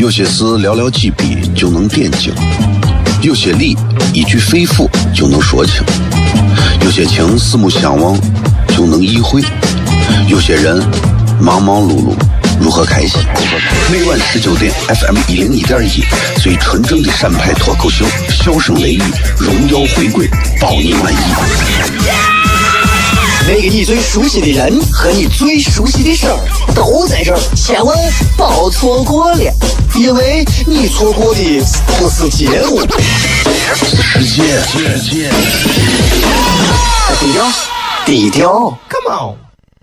有些事寥寥几笔就能点睛，有些理一句肺腑就能说清，有些情四目相望就能意会，有些人忙忙碌碌如何开心？每晚19点 FM 101.1，最纯正的陕派脱口秀，笑声雷雨，荣耀回归，保你满意。 那个你最熟悉的人和你最熟悉的事儿都在这儿，千万别错过了，因为你错过的不是节目， 世界。 低调 ，Come on。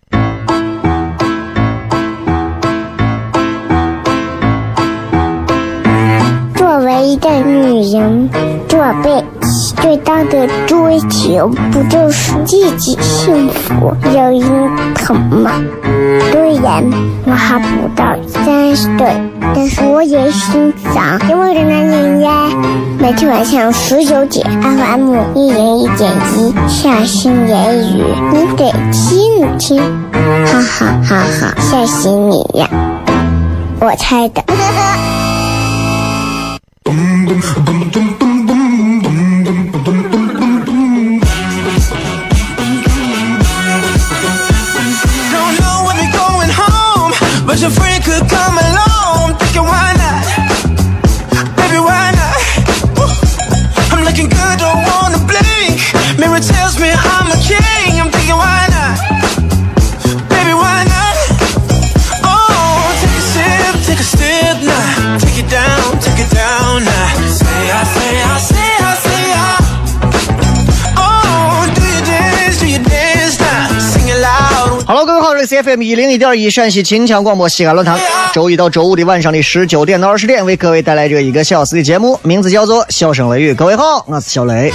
作为一个女人，这辈子最大的追求不就是自己幸福、有人疼吗？虽然我还不到30岁，但是我也心脏因为的男人呀。每天晚上19点 FM 101.1，下心言语，你得听听，哈哈哈哈，吓死你呀！我猜的。 But your friend could come along, thinking why not? Baby, why not? I'm looking good, don't wanna blink. Mirror tells me I'm a king, I'm thinking why not? Baby, why not? Oh, take a step now. Take it down now. Say I. Oh, do you dance now? Sing it loud. Hello， 各位好，这是 FM 101.1陕西秦腔广播西安论坛，周一到周五的晚上的19点到20点，为各位带来这1个小时的节目，名字叫做笑声雷雨。各位好，我是小雷。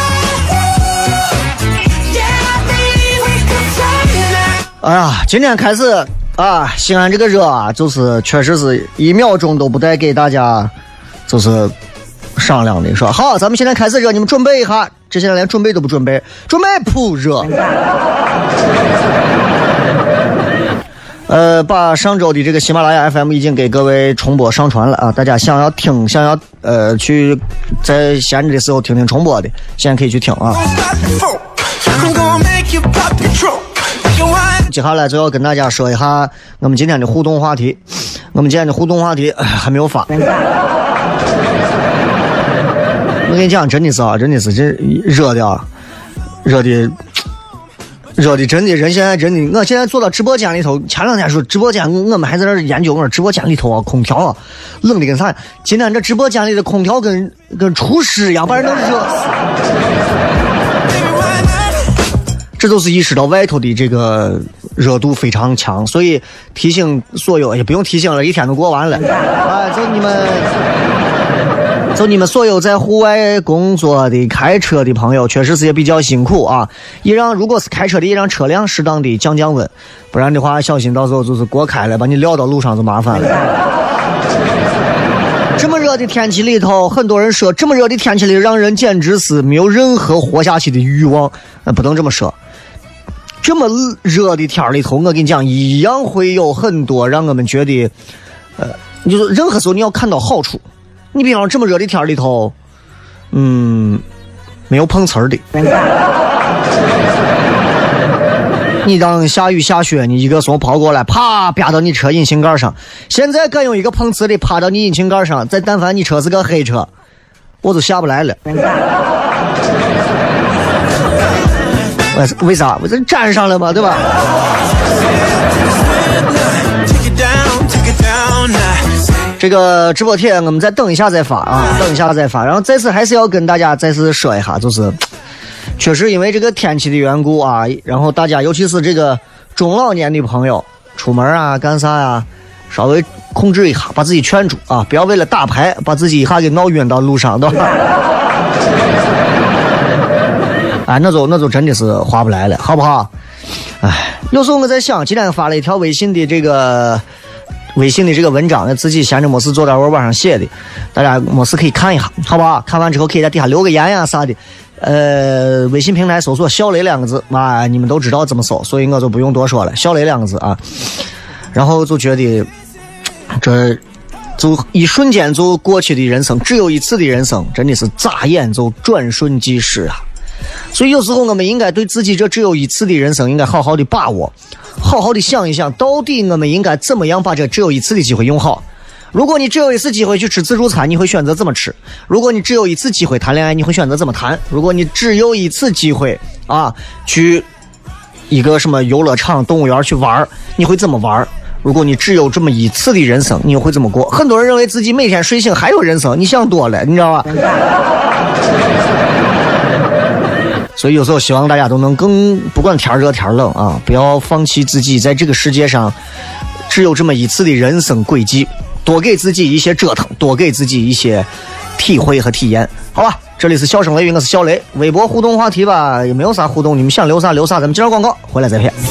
哎呀，今天开始啊，西安这个热啊，就是确实是1秒钟都不带给大家就是商量的，说好，咱们现在开始热，你们准备一下。这些人连准备都不准备，准备扑热。把上周的这个喜马拉雅 FM 已经给各位重播上传了啊！大家想要去在闲着的时候听听重播的，现在可以去听啊。接下来就要跟大家说一下我们今天的互动话题。我们今天的互动话题还没有发。我跟你讲，真的是这热的真的，人现在真的，我现在坐到直播间里头，前2天说直播间，我们还在那研究，我说直播间里头啊，空调啊，冷的跟啥？今天这直播间里的空调跟厨师一样，把人能热死。这都是意识到外头的这个热度非常强，所以提醒所有，也不用提醒了，一天都过完了，哎，就你们所有在户外工作的开车的朋友，确实是也比较辛苦啊！如果是开车的，也让车辆适当的降温，不然的话，小心到时候就是过开了，把你撂到路上就麻烦了。这么热的天气里头，很多人说这么热的天气里让人简直是没有任何活下去的欲望，不能这么说。这么热的天里头，我跟你讲，一样会有很多让我们觉得，就是任何时候你要看到好处。你比方这么热的天里头，没有碰瓷儿的。你当下雨下雪，你一个风跑过来，啪啪到你车引擎盖上。现在敢用一个碰瓷的趴到你引擎盖上，再但凡你车是个黑车，我都下不来了。为啥？我这粘上了嘛，对吧？这个直播帖我们再等一下再发啊，等一下再发。然后这次还是要跟大家再次说一下，就是确实因为这个天气的缘故啊，然后大家尤其是这个中老年的朋友出门啊干啥呀，稍微控制一下，把自己劝住啊，不要为了打牌把自己一下给闹晕到路上，对吧？哎，那就真的是划不来了，好不好？哎，有时候我在想，今天发了一条微信的这个文章，自己闲着没事做点我网上写的，大家没事可以看一下，好不好？看完之后可以在底下留个言呀啥的。微信平台搜索小雷2个字，啊，你们都知道怎么搜，所以我就不用多说了，小雷2个字啊。然后就觉得这就一瞬间就过去的人生，只有一次的人生，真的是眨眼就转瞬即逝啊！所以有时候我们应该对自己这只有一次的人生应该好好的把握，好好的想一想，到底我们应该怎么样把这只有一次的机会用好。如果你只有一次机会去吃自助餐，你会选择怎么吃？如果你只有一次机会谈恋爱，你会选择怎么谈？如果你只有一次机会去一个什么游乐场、动物园去玩，你会怎么玩？如果你只有这么一次的人生，你又会怎么过？很多人认为自己每天睡醒还有人生，你想多了，你知道吧？所以有时候希望大家都能更不管天热天冷啊，不要放弃自己在这个世界上只有这么一次的人生轨迹，多给自己一些折腾，多给自己一些体会和体验，好吧？这里是笑声雷雨，我是小雷。微博互动话题吧，也没有啥互动，你们想留啥留啥，咱们接着广告，回来再骗。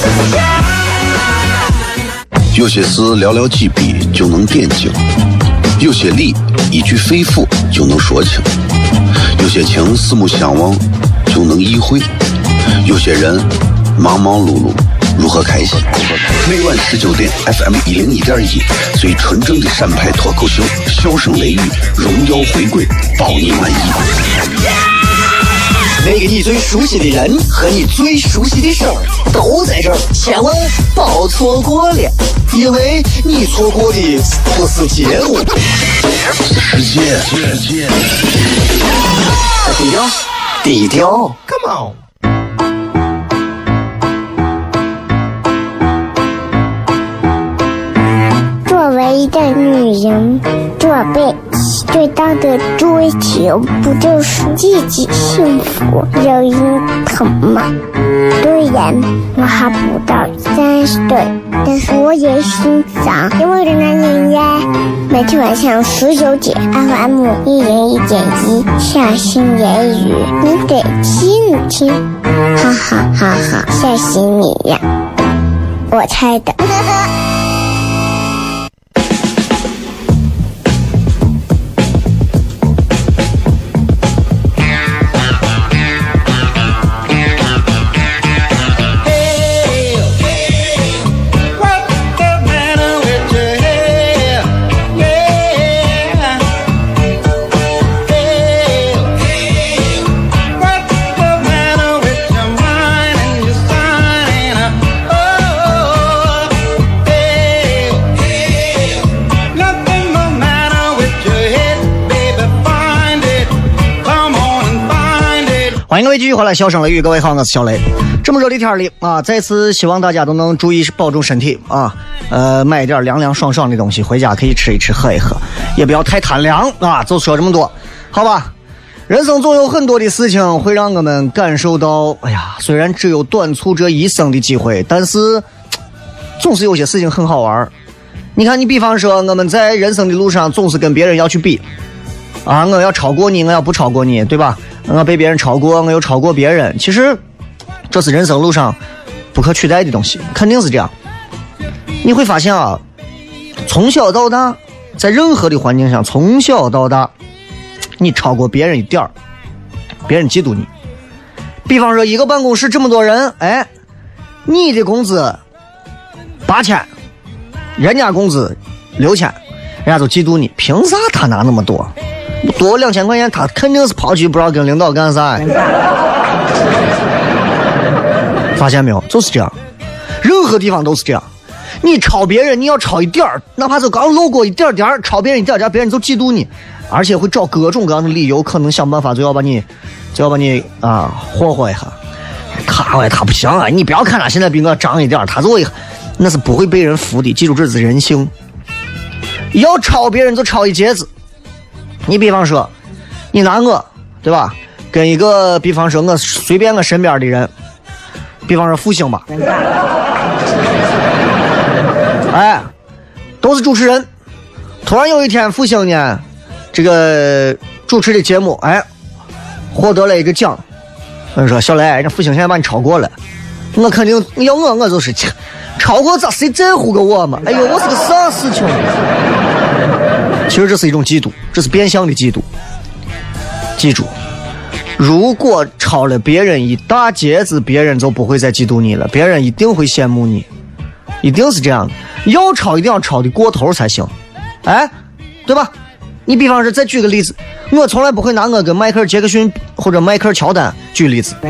有些事寥寥几笔就能点睛，有些理一句肺腑就能说清，有些情四目相望就能意会，有些人忙忙碌碌如何开心？每晚19点 FM 101.1，最纯正的陕派脱口秀，笑声雷雨，荣耀回归，保你满意。 那个你最熟悉的人和你最熟悉的事儿都在这儿，千万别错过了，因为你错过的不是节目， 世界。 低调 Come on。 作为一个女人，这辈子最大的追求不就是自己幸福、有人疼吗？虽然我还不到30岁，但是我也心脏因为的男人呀。每天晚上19点 FM 101.1，下心言语，你得听听，哈哈哈哈，吓死你呀！我猜的。 欢迎各位继续回来，笑声雷雨，各位好，我是小雷。这么热的天里啊，再次希望大家都能注意保重身体啊，买点凉凉爽爽的东西回家可以吃一吃喝一喝，也不要太贪凉啊。就说这么多，好吧？人生总有很多的事情会让我们感受到，哎呀，虽然只有短促这一生的机会，但是总是有些事情很好玩。你看，你比方说我们在人生的路上总是跟别人要去比啊，我要超过你，我要不超过你，对吧？我被别人超过，我又超过别人，其实这是人生路上不可取代的东西，肯定是这样。你会发现啊，从小到大，在任何的环境上，从小到大，你超过别人一点儿，别人嫉妒你。比方说一个办公室这么多人，哎，你的工资8000，人家工资6000，人家都嫉妒你，凭啥他拿那么多？多2000块钱，他肯定是跑去不知道跟领导干啥。发现没有？就是这样，任何地方都是这样。你超别人，你要超一点儿，哪怕就刚路过一点点，超别人一点点，别人就嫉妒你，而且会找各种各样的理由，可能想办法就要把你啊霍一下。他不行啊！你不要看他现在比我长一点，他就那是不会被人服的。记住，这是人性。要超别人就超一截子。你比方说，你拿我，对吧？跟一个，比方说我随便我身边的人，比方说复兴吧，哎，都是主持人。突然有一天，复兴呢，这个主持的节目，哎，获得了一个奖。我说小雷，这复兴现在把你超过了，我肯定要我就是超过咋谁在乎个我嘛？哎呦，我是个啥事情？其实这是一种嫉妒，这是变相的嫉妒。记住，如果超了别人一大截子，别人就不会再嫉妒你了，别人一定会羡慕你，一定是这样的。要超一定要超的过头才行，哎， 对吧？你比方说再举个例子，我从来不会拿我跟迈克尔·杰克逊或者迈克尔·乔丹举例子。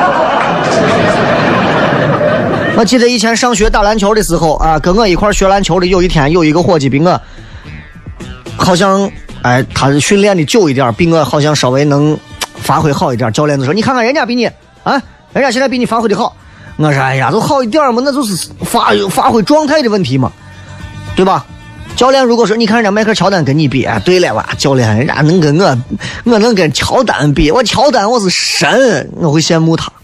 我记得以前上学打篮球的时候啊，跟我一块学篮球的有一天有一个伙计比我好像他训练的久一点，比我好像稍微能发挥好一点。教练就说：“你看看人家比你啊，人家现在比你发挥的好。”我说：“哎呀，都好一点嘛，那就是发挥状态的问题嘛，对吧？”教练如果说：“你看人家迈克尔·乔丹跟你比，哎，对了吧？教练人家能跟我能跟乔丹比，我乔丹我是神，我会羡慕他。”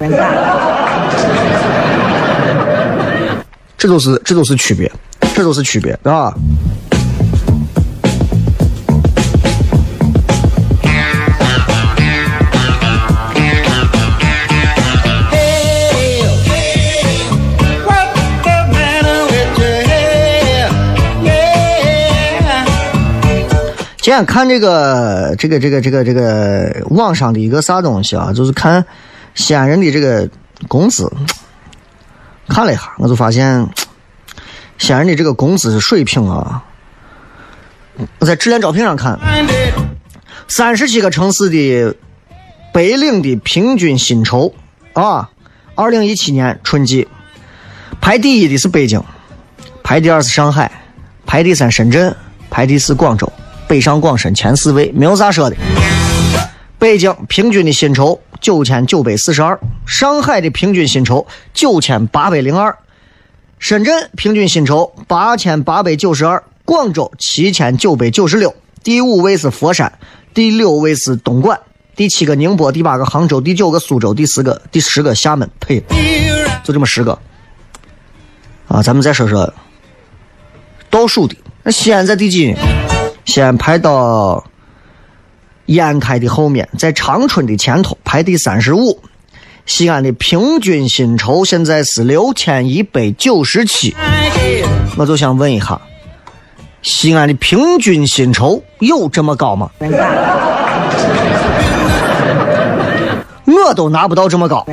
这都是区别，这都是区别啊！今天看这个网上的一个啥东西啊，就是看西安人的这个工资。看了一下，我就发现西安人的这个工资水平啊，我在质量招聘上看，37个城市的北领的平均薪酬啊，2017年春季排第一的是北京，排第二是上海，排第三深圳，排第四广州，北上广深前4位，没有啥说的。北京平均的薪酬9942，上海的平均薪酬9802，深圳平均薪酬8892，广州7996，第5位是佛山，第6位是东莞，第7个宁波，第8个杭州，第9个苏州，第10个厦门。呸，就这么10个啊！咱们再说说倒数的，那西安在第几呢？西安排到烟台的后面，在长春的前头，排第35。西安的平均薪酬现在是6197。我就想问一下，西安的平均薪酬有这么高吗？我都拿不到这么高。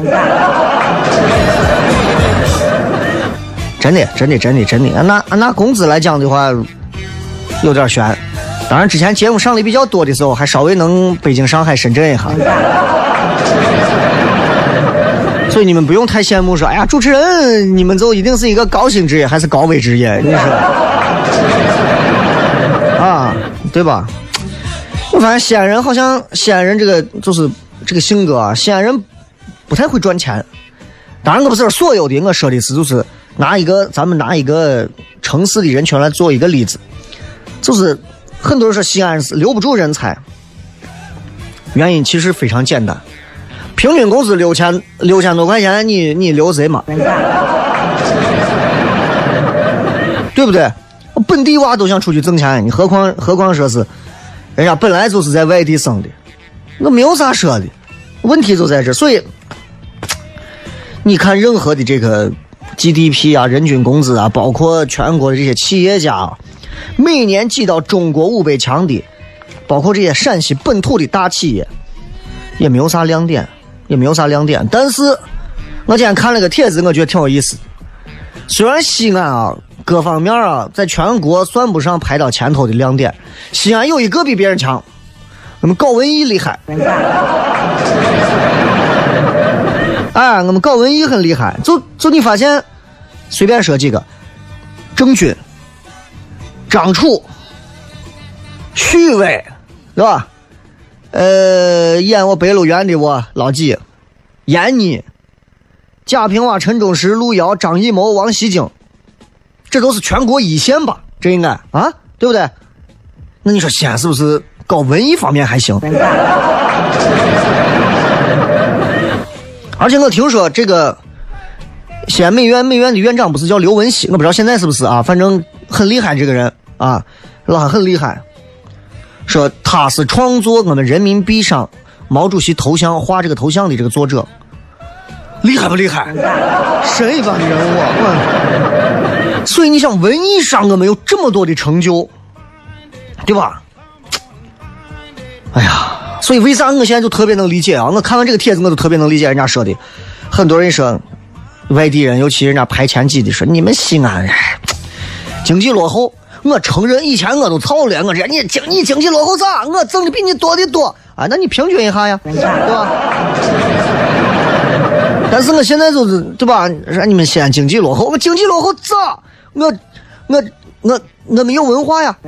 真的，拿工资来讲的话，有点悬。当然之前节目上的比较多的时候还稍微能北京上海深圳一下，所以你们不用太羡慕说哎呀主持人你们就一定是一个高薪职业还是高危职业，你说啊对吧？我发现西安人好像西安人这个就是这个性格啊，西安人不太会赚钱。当然我不是所有的，我说的是就是咱们拿一个城市的人群来做一个例子，就是很多人说西安是留不住人才，原因其实非常简单，平均工资6000多块钱，你留谁嘛？对不对？本地娃都想出去挣钱，你何况说是人家本来就是在外地生的，那没有啥说的，问题就在这。所以你看任何的这个 GDP 啊，人均工资啊，包括全国的这些企业家啊，每年挤到中国500强的，包括这些陕西本土的大企业，也没有啥亮点。但是我今天看了个帖子，我觉得挺有意思。虽然西安啊各方面啊在全国算不上排到前头的亮点，西安有一个比别人强，我们搞文艺厉害。哎，我们搞文艺很厉害，就你发现随便说几个，郑钧、张楚、徐渭，对吧？演我白鹿原的我老纪、闫妮、贾平凹、陈忠实、陆遥、张艺谋、王锡京，这都是全国一线吧？这应该啊，对不对？那你说西安是不是搞文艺方面还行？而且我听说这个西安美院的院长不是叫刘文熙，我不知道现在是不是啊，反正很厉害这个人啊，老很厉害。说他是创作我们人民币上毛主席头像画这个头像的这个作者，厉害不厉害？神一般的人物啊！所以你想文艺上我们有这么多的成就，对吧？哎呀，所以为啥我现在就特别能理解啊？我看完这个帖子我就特别能理解人家说的，很多人说外地人，尤其人家排前几的说你们西安经济落后， 我承认以前我都操了，我这你经济落后咋？我挣的比你多的多啊！那你平均一下呀，对吧？但是我现在就是对吧？让你们西安经济落后，我经济落后咋？我没有文化呀。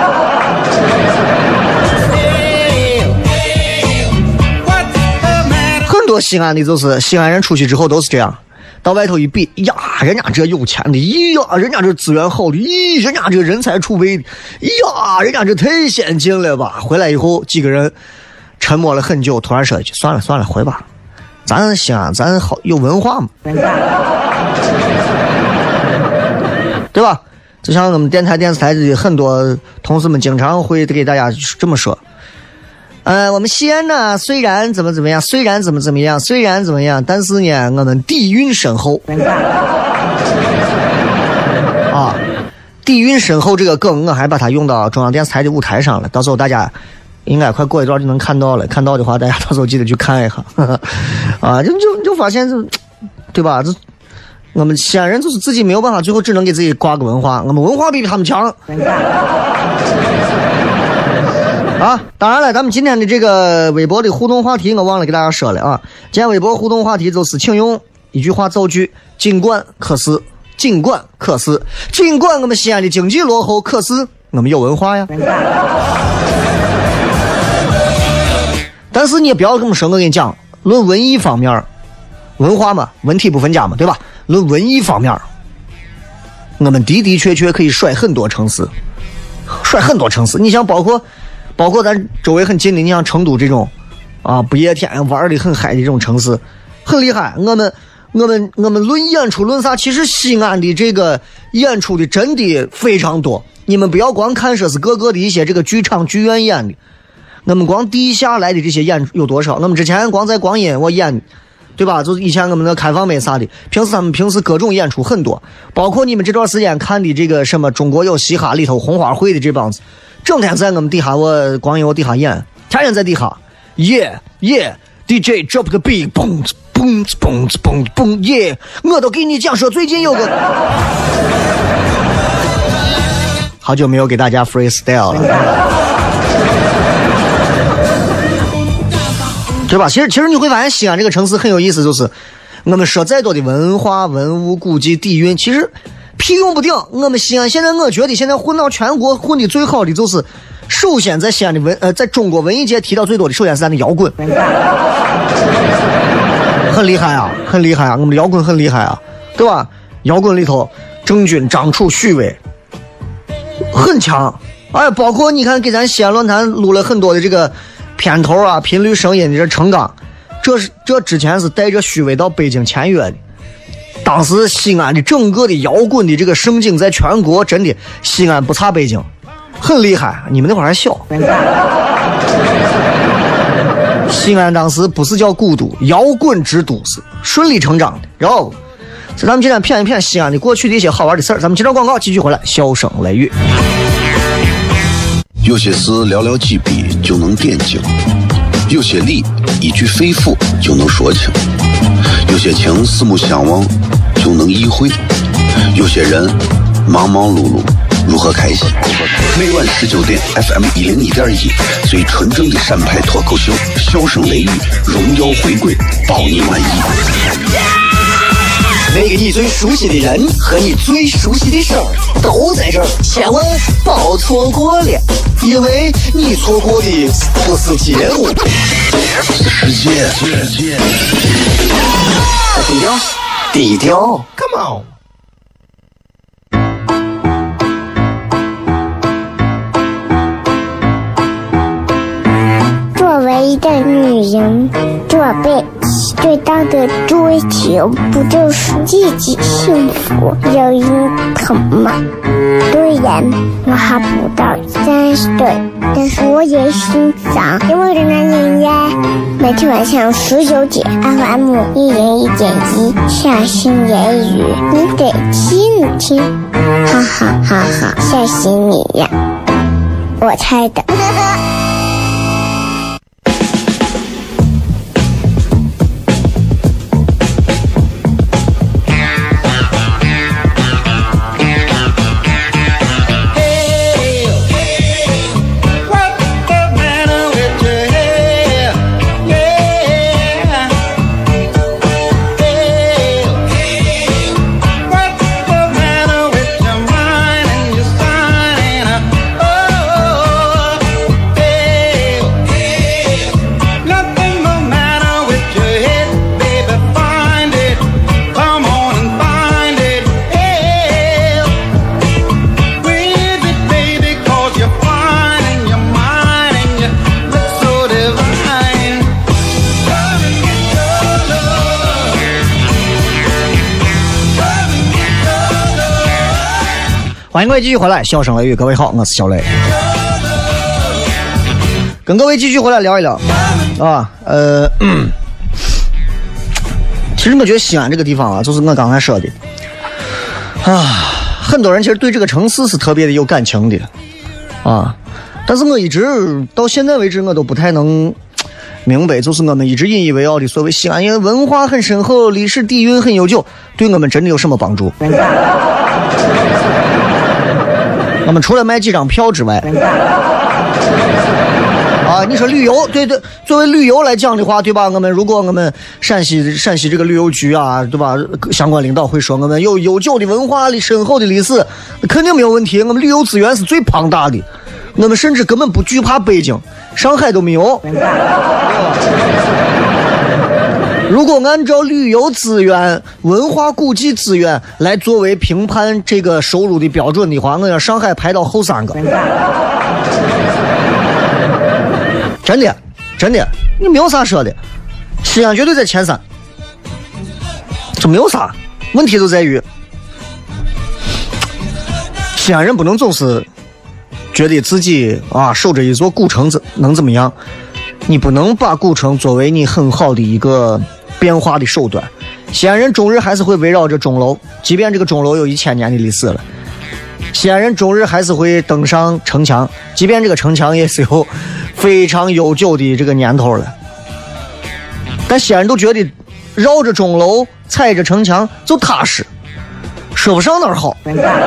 很多西安的就是西安人出去之后都是这样，到外头一比，呀，人家这有钱的，呀，人家这资源好的，咦，人家这人才储备的，呀，人家这太先进了吧。回来以后几个人沉默了很久，突然说一句：算了，回吧。咱西安咱好有文化嘛，对吧？就像我们电视台的很多同事们经常会给大家这么说。我们西安呢，虽然怎么样，虽然怎么样，虽然怎么样，但是呢，我们底蕴深厚。啊，底蕴深厚这个梗，我还把它用到中央电视台的舞台上了。到时候大家应该快过一段就能看到了。看到的话，大家到时候记得去看一下。啊，就发现对吧？我们西安人就是自己没有办法，最后只能给自己挂个文化。我们文化比他们强。啊，当然了，咱们今天的这个微博的互动话题我忘了给大家说了啊。今天微博互动话题就是请用一句话造句，尽管可是，尽管我们西安的经济落后，可是我们有文化呀。但是你也不要这么说，我跟你讲，论文艺方面，文化嘛，文体不分家嘛，对吧？论文艺方面，我们的确可以甩很多城市。你想包括咱周围很近的，你像成都这种啊，不夜天玩的很嗨的这种城市，很厉害。我们论演出论啥，其实西安的这个演出的真的非常多。你们不要光看说是各个的一些这个剧场剧院演的，我们光地下来的这些演有多少？我们之前光在光阴我演，对吧？就是以前我们的开放麦啥的，他们平时各种演出很多，包括你们这段时间看的这个什么中国有嘻哈里头红花会的这帮子，整天在我们底下，我光有我底下演，天天在底下 ，DJ drop the beat， 嘣嘣嘣嘣嘣耶！我都给你讲说，最近有个好久没有给大家 freestyle 了，对吧？其实你会发现西安这个城市很有意思，就是我们说再多的文化、文物、古迹、底蕴，其实屁用不顶。我们西安现在，我觉得现在混到全国混的最好的就是，首先在西安的在中国文艺界提到最多的，首先是咱的摇滚，很厉害啊，我们的摇滚很厉害啊，对吧？摇滚里头，郑钧、张楚、许巍很强，哎，包括你看给咱西安论坛录了很多的这个片头啊，频率声音的这成钢，这之前是带着许巍到北京签约的。当时西安的整个的摇滚的这个盛景，在全国真的西安不差北京，很厉害。你们那会儿还小，西安当时不是叫古都，摇滚之都，是顺理成章的。然后，咱们今天骗一骗西安的过去的一些好玩的事儿。咱们接着广告，继续回来，笑声雷雨。 有些事寥寥几笔就能点睛，有些理一句肺腑就能说清，有些情四目相望就能意会，有些人忙忙碌碌如何开心。每晚19点 FM101.1，最纯正的陕派脱口秀，笑声雷雨，荣耀回归，保你满意。 那个你最熟悉的人和你最熟悉的事儿都在这儿，千万别错过了，因为你错过的不是节目， 世界。 低调 Come on。 作为一个女人，做背最大的追求不就是自己幸福有人疼吗？虽然我还不到30岁，但是我也心脏因为人男人呀。每天晚上19点 FM101.1下心言语，你得听听，哈哈哈哈，吓死你呀！我猜的。 欢迎各位继续回来，笑声雷雨，各位好，我是小雷，跟各位继续回来聊一聊啊。其实我觉得西安这个地方啊，就是我刚才说的啊，很多人其实对这个城市是特别的有感情的啊，但是我一直到现在为止我都不太能明白，就是我们一直引以为傲的所谓西安，因为文化很深厚，历史底蕴很悠久，对我们真的有什么帮助？我们除了卖几张票之外，啊，你说旅游，对对，作为旅游来讲的话，对吧？如果我们陕西这个旅游局啊，对吧？相关领导会说我们有悠久的文化里深厚的历史，肯定没有问题。我们旅游资源是最庞大的，我们甚至根本不惧怕北京、上海都没有。如果按照旅游资源、文化古迹资源来作为评判这个收入的标准的话，我让上海排到后3个。真的，你没有啥说的，西安绝对在前3，这没有啥问题，就在于西安人不能总是觉得自己啊守着一座古城能怎么样，你不能把古城作为你很好的一个变化的手段。西安人终日还是会围绕着钟楼，即便这个钟楼有1000年的历史了，西安人终日还是会登上城墙，即便这个城墙也是有非常悠久的这个年头了，但西安人都觉得绕着钟楼踩着城墙就踏实，说不上哪儿好，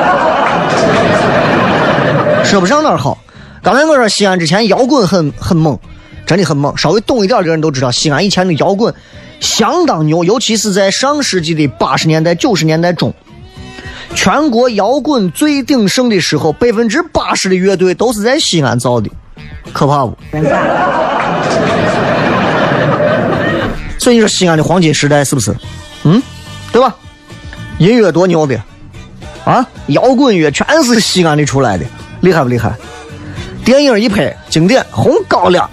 说不上哪儿好。刚才我说西安之前摇滚很猛，真的很猛，稍微懂一点的人都知道西安以前的摇滚相当牛，尤其是在上世纪的80年代90年代中，全国摇滚最鼎盛的时候，80%的乐队都是在西安造的，可怕不？所以你说西安的黄金时代是不是？对吧？音乐多牛的啊！摇滚乐全是西安里出来的，厉害不厉害？电影一拍经典，红高粱，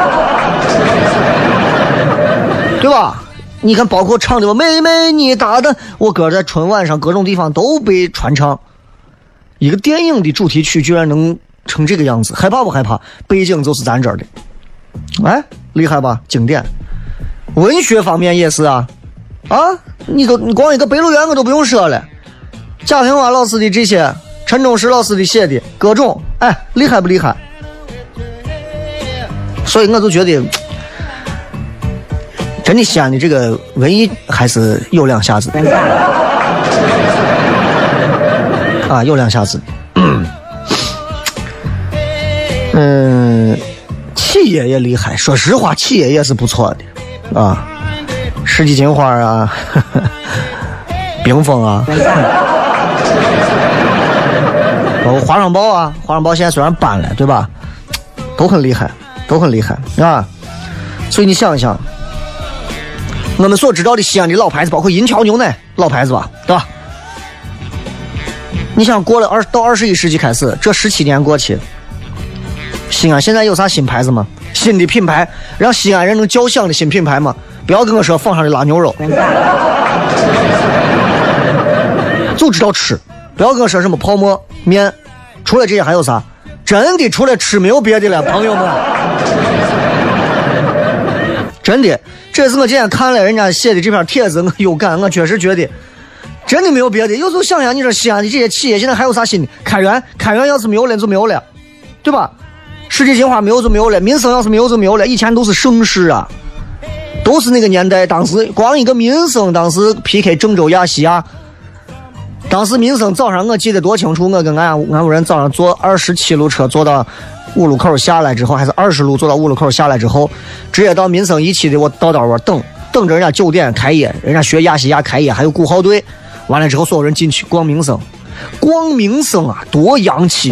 对吧？你看，包括唱的妹妹你打的，我歌在春晚上各种地方都被传唱。一个电影的主题曲居然能成这个样子，害怕不害怕？北京就是咱这儿的，哎，厉害吧？经典。文学方面也是啊，你光一个北鹿原我都不用说了，贾平凹老师的这些，陈忠实老师的写的各种，哎，厉害不厉害？所以我就觉得。真的西安的这个文艺还是有两下子啊，有两下子。企业也厉害，说实话，企业也是不错的啊，世纪金花啊，冰峰啊，包括华商报啊，华商报现在虽然搬了，对吧？都很厉害，都很厉害啊。所以你想一想。我们所知道的西安的老牌子，包括银桥牛奶老牌子吧，对吧？你想过了到21世纪开始，这17年过去，西安现在有啥新牌子吗？新的品牌让西安人能叫响的新品牌吗？不要跟我说放上的拉牛肉，就知道吃，不要跟我说什么泡沫面，除了这些还有啥？真的除了吃没有别的了，朋友们。真的，这是我今天看了人家写的这篇帖子，我有感，我确实觉得真的没有别的。有时候想想，你说西安的这些企业现在还有啥新的？开源要是没有了就没有了，对吧？世纪金花没有就没有了，民生要是没有就没有了。以前都是盛世啊，都是那个年代，当时光一个民生，当时 PK 郑州亚细亚，当时民生早上我记得多清楚，我跟俺屋人早上坐27路车坐到5路口下来之后，还是20路坐到5路口下来之后，直接到民生1期的我到我等着人家酒店开业，人家学亚细亚开业，还有鼓号队，完了之后所有人进去逛民生啊，多洋气！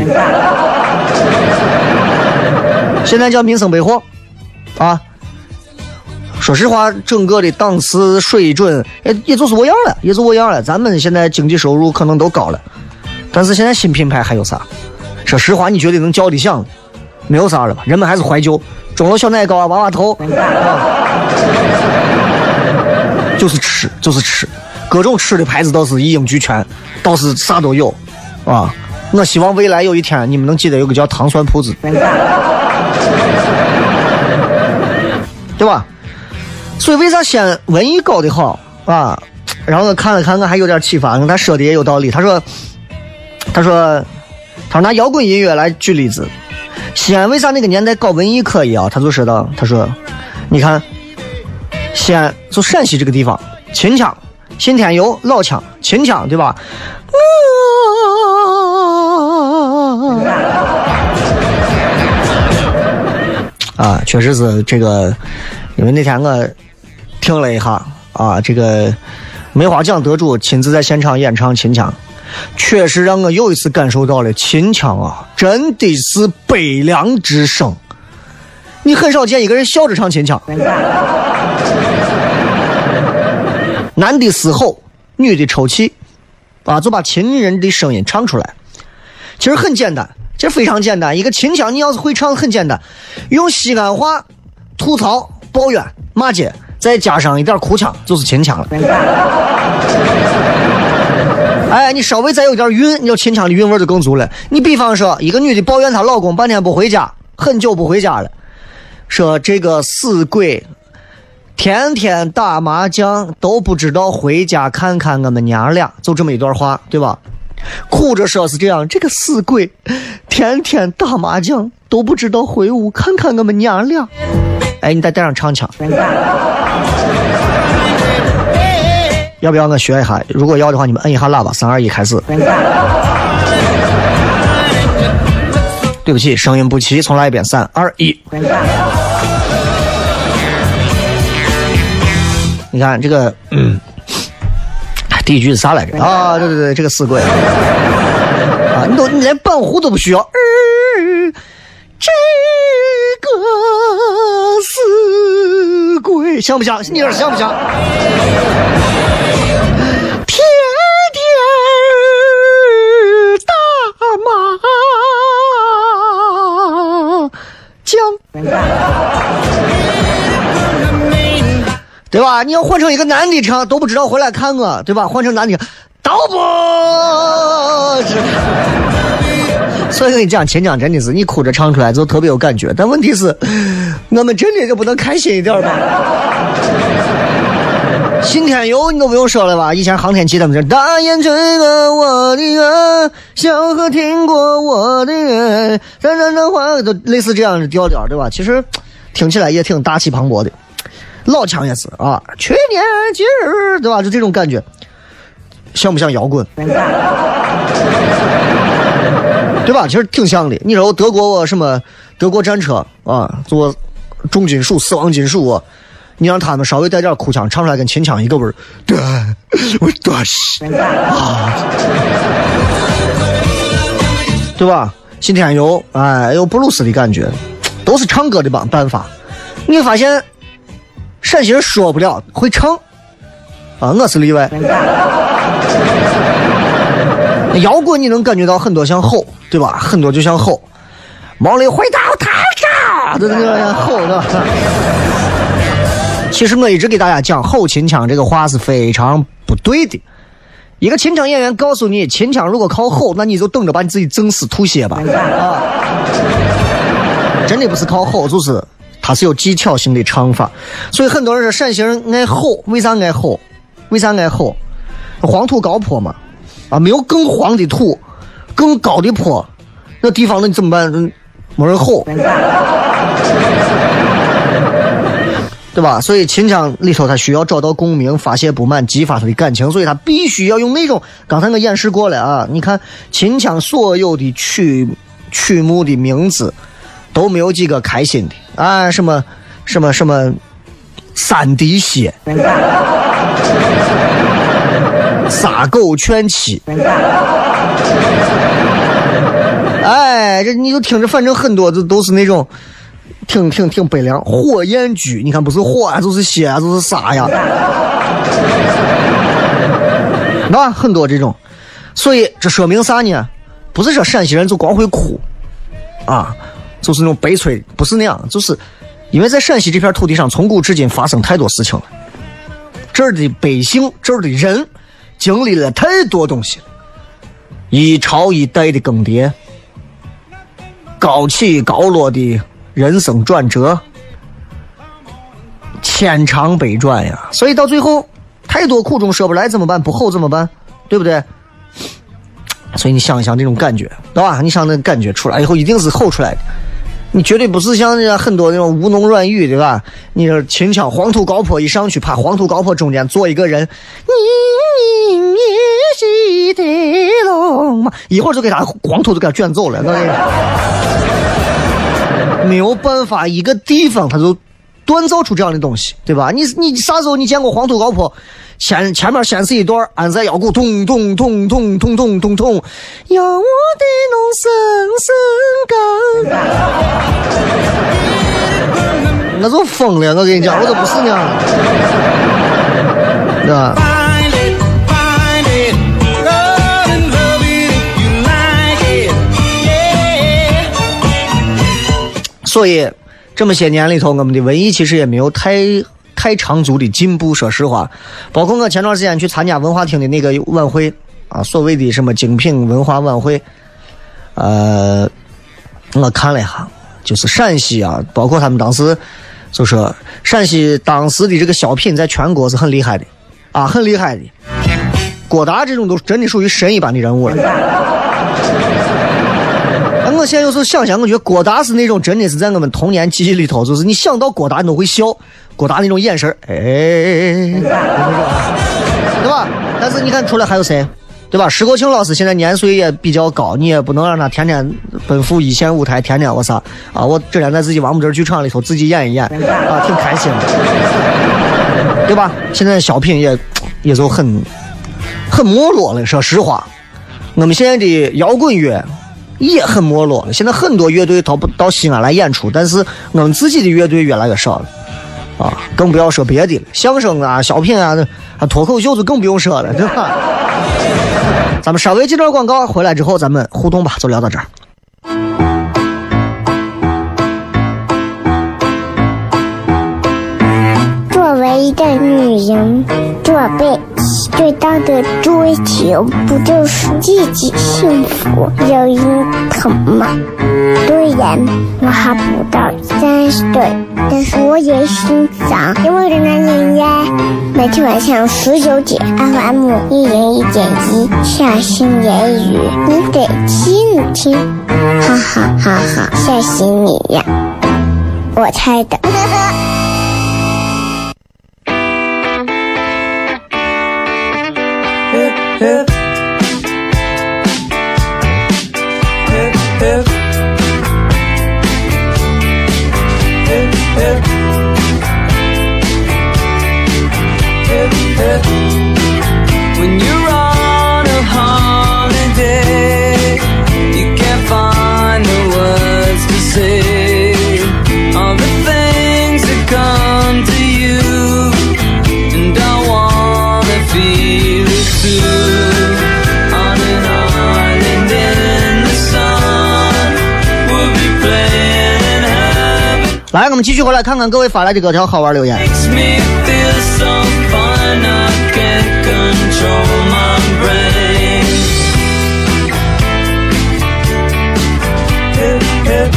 现在叫民生百货啊，说实话，整个的档次水准也就是我样了，咱们现在经济收入可能都高了，但是现在新品牌还有啥？说实话，你觉得能叫得响的？没有啥了吧？人们还是怀旧，钟楼小奶糕啊，娃娃头，就是吃，各种吃的牌子倒是一应俱全，倒是啥都有啊。 我希望未来有一天你们能记得有个叫糖酸铺子，对吧？所以为啥先文艺搞得好啊？然后我看了看，我还有点启发，他说的也有道理。他说拿摇滚音乐来举例子，西安为啥那个年代搞文艺可以啊？他就说到，他说你看西安就陕西这个地方，秦腔、新天游、老腔、秦腔，对吧？啊，确实是这个，因为那天我听了一下啊，这个梅花奖得主亲自在现场演唱秦腔，确实让我又一次感受到了秦腔啊，真的是悲凉之声。你很少见一个人笑着唱秦腔，男的嘶吼，女的抽泣，啊，就把秦人的声音唱出来。其实很简单，其实非常简单。一个秦腔，你要是会唱，很简单，用西安话吐槽、抱怨、骂街，再加上一点哭腔，就是秦腔了。哎，你稍微再有点韵，你就秦腔的韵味就更足了。你比方说，一个女的抱怨她老公半天不回家，很久不回家了，说这个死鬼天天打麻将都不知道回家看看我们娘俩，就这么一段话，对吧？哭着说是这样，这个死鬼天天打麻将都不知道回屋看看我们娘俩。哎，你再带上唱腔，要不要我学一下？如果要的话，你们摁一下喇叭，3、2、1开始。对不起，声音不齐，重来一遍，3、2、1。你看这个，第一句是啥来着？啊，对，这个死鬼啊，你连半壶都不需要。这个死鬼像不像？你说像不像？天天打麻将，对吧？你要换成一个男的唱，都不知道回来看我，对吧？换成男的，倒不是。所以跟你讲，秦腔真的是你哭着唱出来就特别有感觉，但问题是，我们真的就不能开心一点吗？新天游你都不用说了吧？以前航天器他们说大雁追过我的爱，小河听过我的爱，山山的话都类似这样的调调，对吧？其实听起来也挺大气磅礴的。老腔也是啊，去年今日，对吧？就这种感觉，像不像摇滚？对吧？其实挺像的。你说德国什么德国战车啊，做重金属、死亡金属，你让他们稍微带点哭腔，唱出来跟秦腔一个味儿。对，我多是啊，对吧？新天游，哎，有布鲁斯的感觉，都是唱歌的办法。你会发现，陕西人说不了，会唱啊，我是例外。摇滚你能感觉到很多像吼，对吧？很多就像吼，毛里回到台上，对那样吼的。其实我一直给大家讲，吼秦腔这个话是非常不对的。一个秦腔演员告诉你，秦腔如果靠吼，那你就等着把你自己整死吐血吧。啊，真的不是靠吼，就是它是有技巧性的唱法。所以很多人说陕西人爱吼，为啥爱吼？为啥爱吼？黄土高坡嘛。啊，没有更黄的土，更高的坡，那地方那你怎么办？没人吼，对吧？所以秦腔里头他需要找到共鸣，发泄不满，激发他的感情，所以他必须要用那种。刚才我演示过了啊，你看秦腔所有的曲目的名字都没有几个开心的啊，什么三滴血。撒狗劝妻，哎，这你就听着，反正很多都是那种挺悲凉。火焰驹，你看不是火啊，就是血啊，就是撒呀，那很多这种。所以这说明啥呢？不是说陕西人就光会哭啊，就是那种悲催，不是那样，就是因为在陕西这片土地上，从古至今发生太多事情了，这儿的百姓，这儿的人。经历了太多东西， 一朝一代的更迭，高起高落的人生转折，千长百转呀。所以到最后太多苦衷说不来怎么办？不吼怎么办？对不对？所以你想一想这种感觉，对吧？你想那感觉出来以后一定是吼出来的，你绝对不是像很多那种吴侬软语，对吧？你这秦腔黄土高坡一上去，怕黄土高坡中间坐一个人，你是的龙嘛，一会儿就给他黄土就给他卷走了，没有办法，一个地方他就锻造出这样的东西，对吧？你啥时候你见过黄土高坡？前面先是一段安在腰鼓，咚咚咚咚咚咚咚咚，要我的龙声声高，那就疯了！我跟你讲，我都不是那样的，对吧？所以这么些年里头，我们的文艺其实也没有太长足的进步，说实话。包括我前段时间去参加文化厅的那个晚会啊，所谓的什么精品文化晚会，我看了一下，就是陕西啊，包括他们当时就说陕西当时的这个小品在全国是很厉害的啊，很厉害的。郭达这种都真的属于神一般的人物了。我现在有时候想想，我觉得郭达是那种真的是在我们童年记忆里头，就是你想到郭达你都会笑，郭达那种眼神，对吧？但是你看出来还有谁，对吧？石国庆老师现在年岁也比较高，你也不能让他天天奔赴一线舞台，天天我操啊！我这两天自己王母镇剧场里头自己演一演啊，挺开心的，对吧？现在小品也就很没落了，说实话，我们现在的摇滚乐也很没落了。现在很多乐队到西安来演出，但是我们自己的乐队越来越少了啊，更不要说别的了，相声啊、小品啊、脱口秀就更不用说了，对吧？咱们稍微接段广告，回来之后咱们互动吧，就聊到这儿。 作为一个女人，做辈最大的追求不就是自己幸福有人疼吗？虽然我还不到30岁，但是我也心脏因为的男人呀。每天晚上19点 FM 101.1下心言语，你得听听，哈哈哈哈，吓死你呀！我猜的。 When you're on a holiday, you can't find the words to say all the things that come to you, and I wanna feel it too. On an island in the sun, we'll be playing and having. 来，我们继续回来看看各位发来的各条好玩留言。 Makes me feel so fine, I can't control my brain. Hip, hip.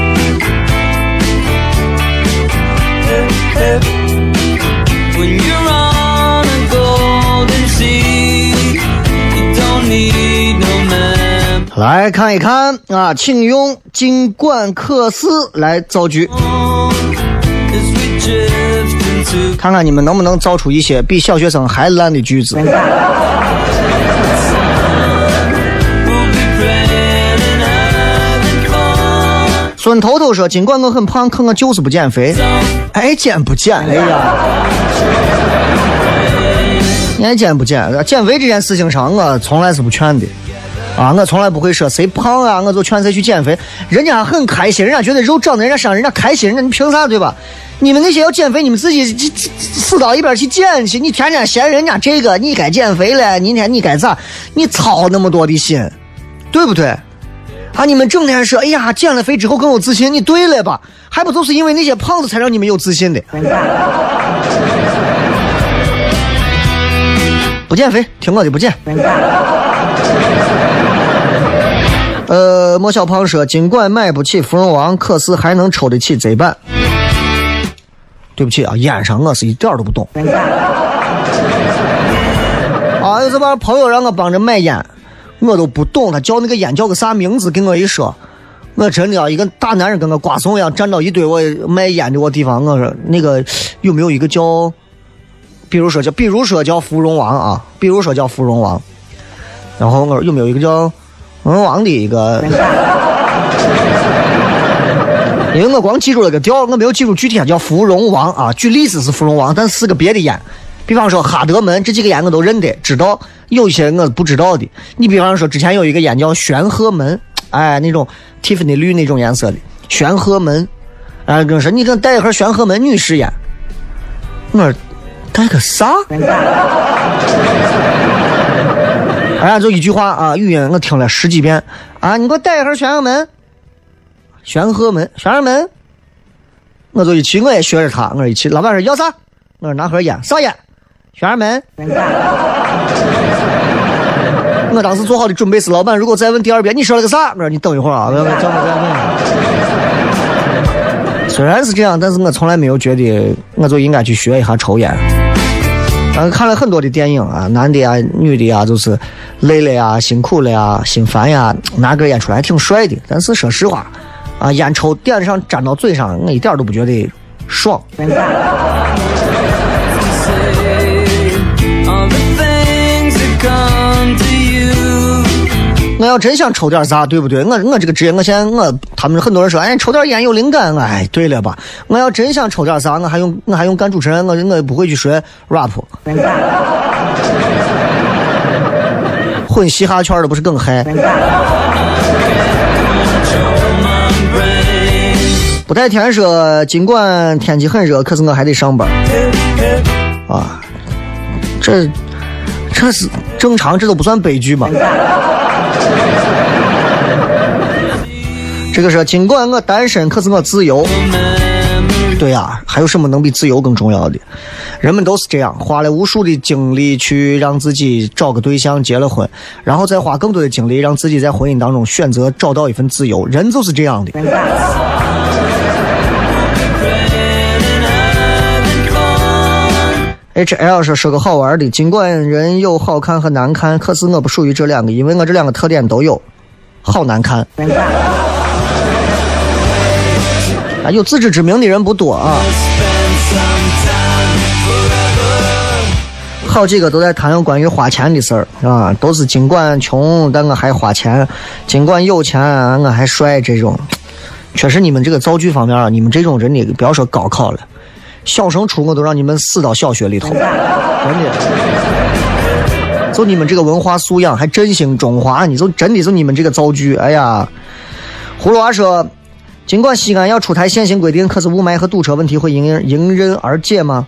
Hip, hip. When you're on a golden sea, you don't need no man. 来看一看啊，请用金冠克斯来造句。看看你们能不能造出一些比小学生还烂的句子。孙头头说：“尽管我很胖，可我就是不减肥。”爱减不减？哎呀，你爱减不减？减肥这件事情上，我从来是不劝的。啊，我从来不会说谁胖啊，我就劝谁去减肥。人家很开心，人家觉得肉长得人家伤，人家开心，人家你凭啥对吧？你们那些要减肥，你们自己死到一边去减去。你天天嫌人家这个，你该减肥了，明天你该咋？你操那么多的心，对不对？啊，你们整天说，哎呀，减了肥之后更有自信，你对了吧？还不都是因为那些胖子才让你们有自信的？不减肥，听我的，不减。 莫小胖说，尽管买不起芙蓉王，可是还能抽得起贼版。对不起啊，烟上我是一点都不懂。啊，有这帮朋友让我帮着买烟，我都不懂，他叫那个烟叫个啥名字，跟我一说，我真的一个大男人跟个瓜怂一样站到一堆我卖烟的地方，我说那个有没有一个叫，比如说叫芙蓉王啊，比如说叫芙蓉王，然后我说有没有一个叫芙蓉王的一个。因为我光记住了个调，我没有记住具体叫芙蓉王啊。举例子是芙蓉王，但是个别的烟，比方说哈德门，这几个烟我都认得，知道，有些我不知道的。你比方说之前有一个烟叫玄鹤门，哎，那种蒂芙尼绿那种颜色的玄鹤门，哎，跟我说你给我带一盒玄鹤门女士烟，我说带个啥？哎呀，就一句话啊，语音我听了10几遍啊，你给我带一盒玄鹤门。玄鹤门，我就一起，我也学着他，我一起。老板说要啥？我说拿盒烟，啥烟？玄鹤门。我当时做好的准备是，老板如果再问第二遍，你说了个啥？我说你等一会儿啊，叫我再问。虽然是这样，但是我从来没有觉得我就应该去学一下抽烟。看了很多的电影啊，男的啊、女的啊，就是累了呀、辛苦了呀、心烦呀，拿根烟出来还挺帅的。但是说实话。啊，烟抽点上沾到嘴上，我一点都不觉得爽。我要真想抽点啥，对不对？我这个职业，他们很多人说，哎，抽点烟有灵感，哎，对了吧？我要真想抽点啥，我还用干主持人，我不会去学 rap。混嘻哈圈的不是更嗨？不太天说，尽管天气很热，可是我还得上班啊！这是正常，这都不算悲剧嘛。这个是尽管我单身，可是我自由。对呀，还有什么能比自由更重要的？人们都是这样，花了无数的精力去让自己找个对象，结了婚，然后再花更多的精力让自己在婚姻当中选择找到一份自由。人就是这样的。HL 说个好玩的，尽管人有好看和难看，可是我不属于这两个，因为我这两个特点都有，好难看。啊，有自知之明的人不多啊。好几个都在谈关于花钱的事儿啊，都是尽管穷但我还花钱，尽管有钱我还帅，这种确实你们这个造句方面啊，你们这种人的不要说高考了，小升初我都让你们死到小学里头，真的。就你们这个文化素养还振兴中华，你就真的就你们这个造句，哎呀。葫芦娃说，尽管西安要出台限行规定，可是雾霾和堵车问题会迎刃而解吗？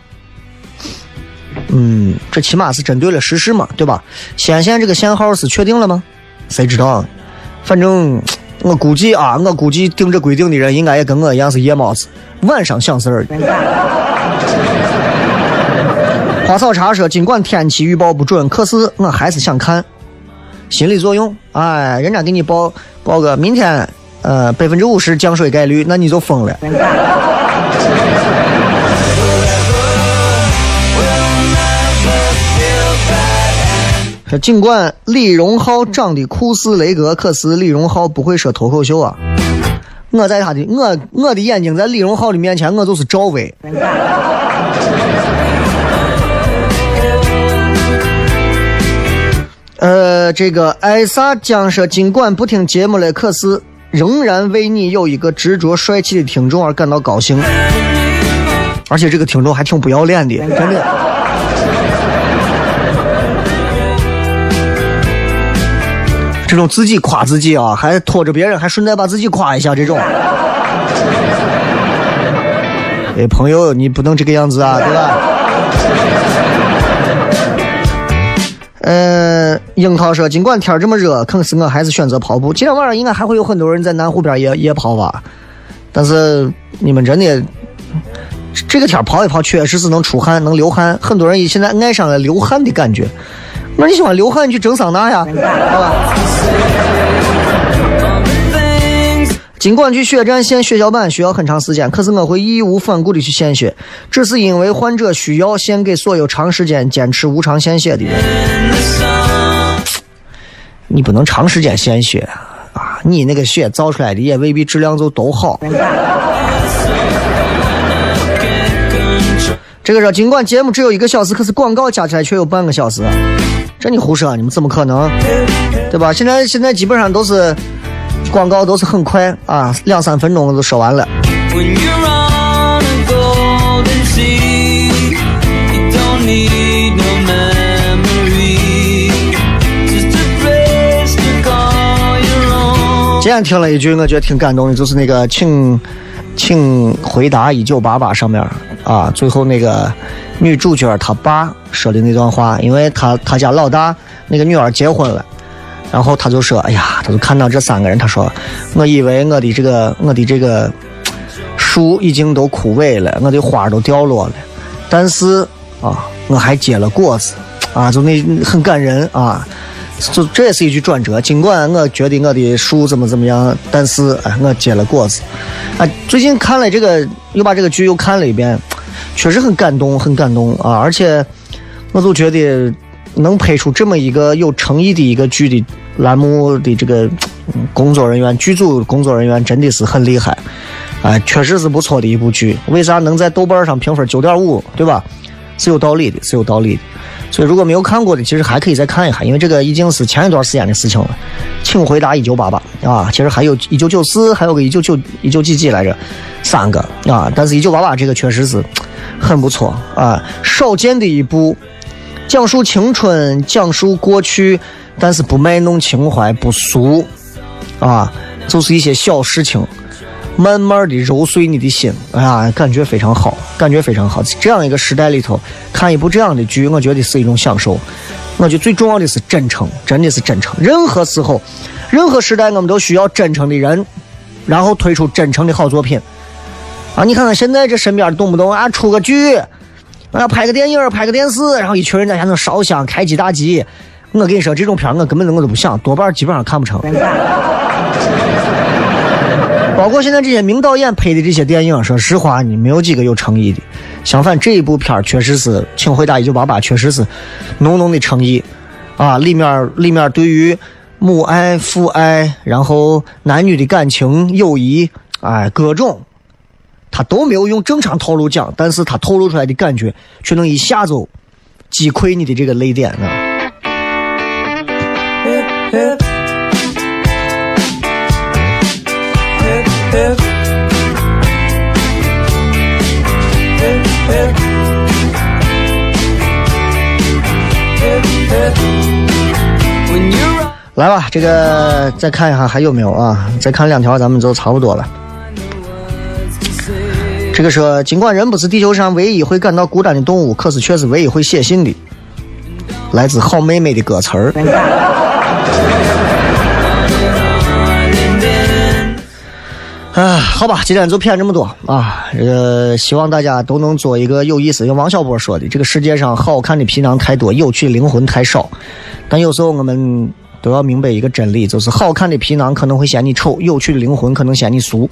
这起码是针对了实施嘛，对吧？西安现在这个限号是确定了吗？谁知道？反正我估计定这规定的人应该也跟我一样是夜猫子，晚上想事儿。花草茶说，尽管天气预报不准，可是我还是想看。心理作用，哎，人家给你报个明天50%降水概率，那你就疯了。尽管李荣浩长得酷似雷哥，可是李荣浩不会说脱口秀啊。我的眼睛在李荣浩的面前，我就是赵薇。这个艾萨讲说，尽管不听节目了，可是仍然为你有一个执着帅气的听众而感到高兴，而且这个听众还挺不要脸的，真的。这种自己夸自己啊，还拖着别人，还顺带把自己夸一下，这种。哎，朋友，你不能这个样子啊，对吧？樱桃说，尽管天这么热，可是我还是选择跑步。今天晚上应该还会有很多人在南湖边夜跑吧，但是你们真的这个天跑一跑确实是能出汗，能流汗，很多人现在爱上了流汗的感觉。那你喜欢流汗，你去蒸桑拿呀，对吧？ 尽管去血站献血小板需要很长时间，可是我会义无反顾的去献血，只是因为患者需要，献给所有长时间坚持无偿献血的人。你不能长时间献血啊，你那个血造出来的也未必质量就都好。这个说尽管节目只有1个小时，可是广告加起来却有半个小时，这你胡说，你们怎么可能，对吧？现在基本上都是广告，都是很快啊，2-3分钟就说完了。今天听了一句我觉得挺感动的，就是那个请回答1988上面啊，最后那个女主角她爸说的那段话，因为他家老大那个女儿结婚了，然后他就说，哎呀，他就看到这3个人，他说，我以为我的这个树已经都枯萎了，我的花都掉落了，但是啊，我还结了果子啊，就那很感人啊。就这也是一句转折，尽管我觉得我的树怎么样，但是我结了果子。最近看了这个，又把这个剧又看了一遍，确实很感动啊！而且我就觉得能拍出这么一个有诚意的一个剧的栏目的这个工作人员，剧组工作人员真的是很厉害确实是不错的一部剧。为啥能在豆瓣上评分9.5，对吧？是有道理的。所以如果没有看过的，其实还可以再看一看，因为这个已经是前一段时间的事情了。请回答1988啊，其实还有1994，还有个19几来着，3个啊。但是1988这个确实是很不错啊，少见的一部讲述青春、讲述过去，但是不卖弄情怀、不俗啊，就是一些小事情。慢慢的揉碎你的心，感觉非常好。这样一个时代里头看一部这样的剧，我觉得是一种享受。我觉得最重要的是真诚，真的是真诚。任何时候任何时代我们都需要真诚的人，然后推出真诚的好作品你看看现在这身边动不动出个剧拍个电影，拍个电视，然后一群人在下头烧香开机大吉。我跟你说，这种片我根本我都不想，多半基本上看不成。包括现在这些名导演拍的这些电影，说实话你没有几个有诚意的。相反这一部片确实是请回答1988，确实是浓的诚意里面对于母爱、父爱，然后男女的感情、友谊各种他都没有用正常套路讲，但是他透露出来的感觉却能一下子击溃你的这个泪点来吧，这个再看一下还有没有再看2条咱们就差不多了。这个说，尽管人不是地球上唯一会感到孤单的动物，可是却是唯一会写信的。来自好妹妹的歌词儿。好吧，今天就骗这么多希望大家都能做一个有意思。用王小波说的，这个世界上好看的皮囊太多，有趣的灵魂太少。但有时候我们都要明白一个真理，就是好看的皮囊可能会嫌你丑，有趣的灵魂可能嫌你俗。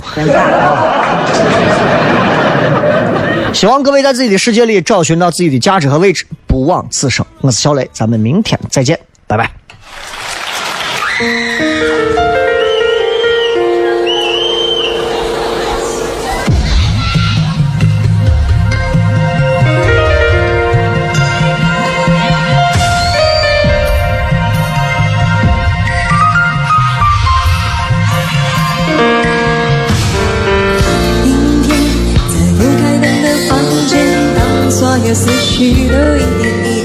希望各位在自己的世界里找寻到自己的价值和位置，不枉此生。我是小雷，咱们明天再见，拜拜。 所有思绪都一点一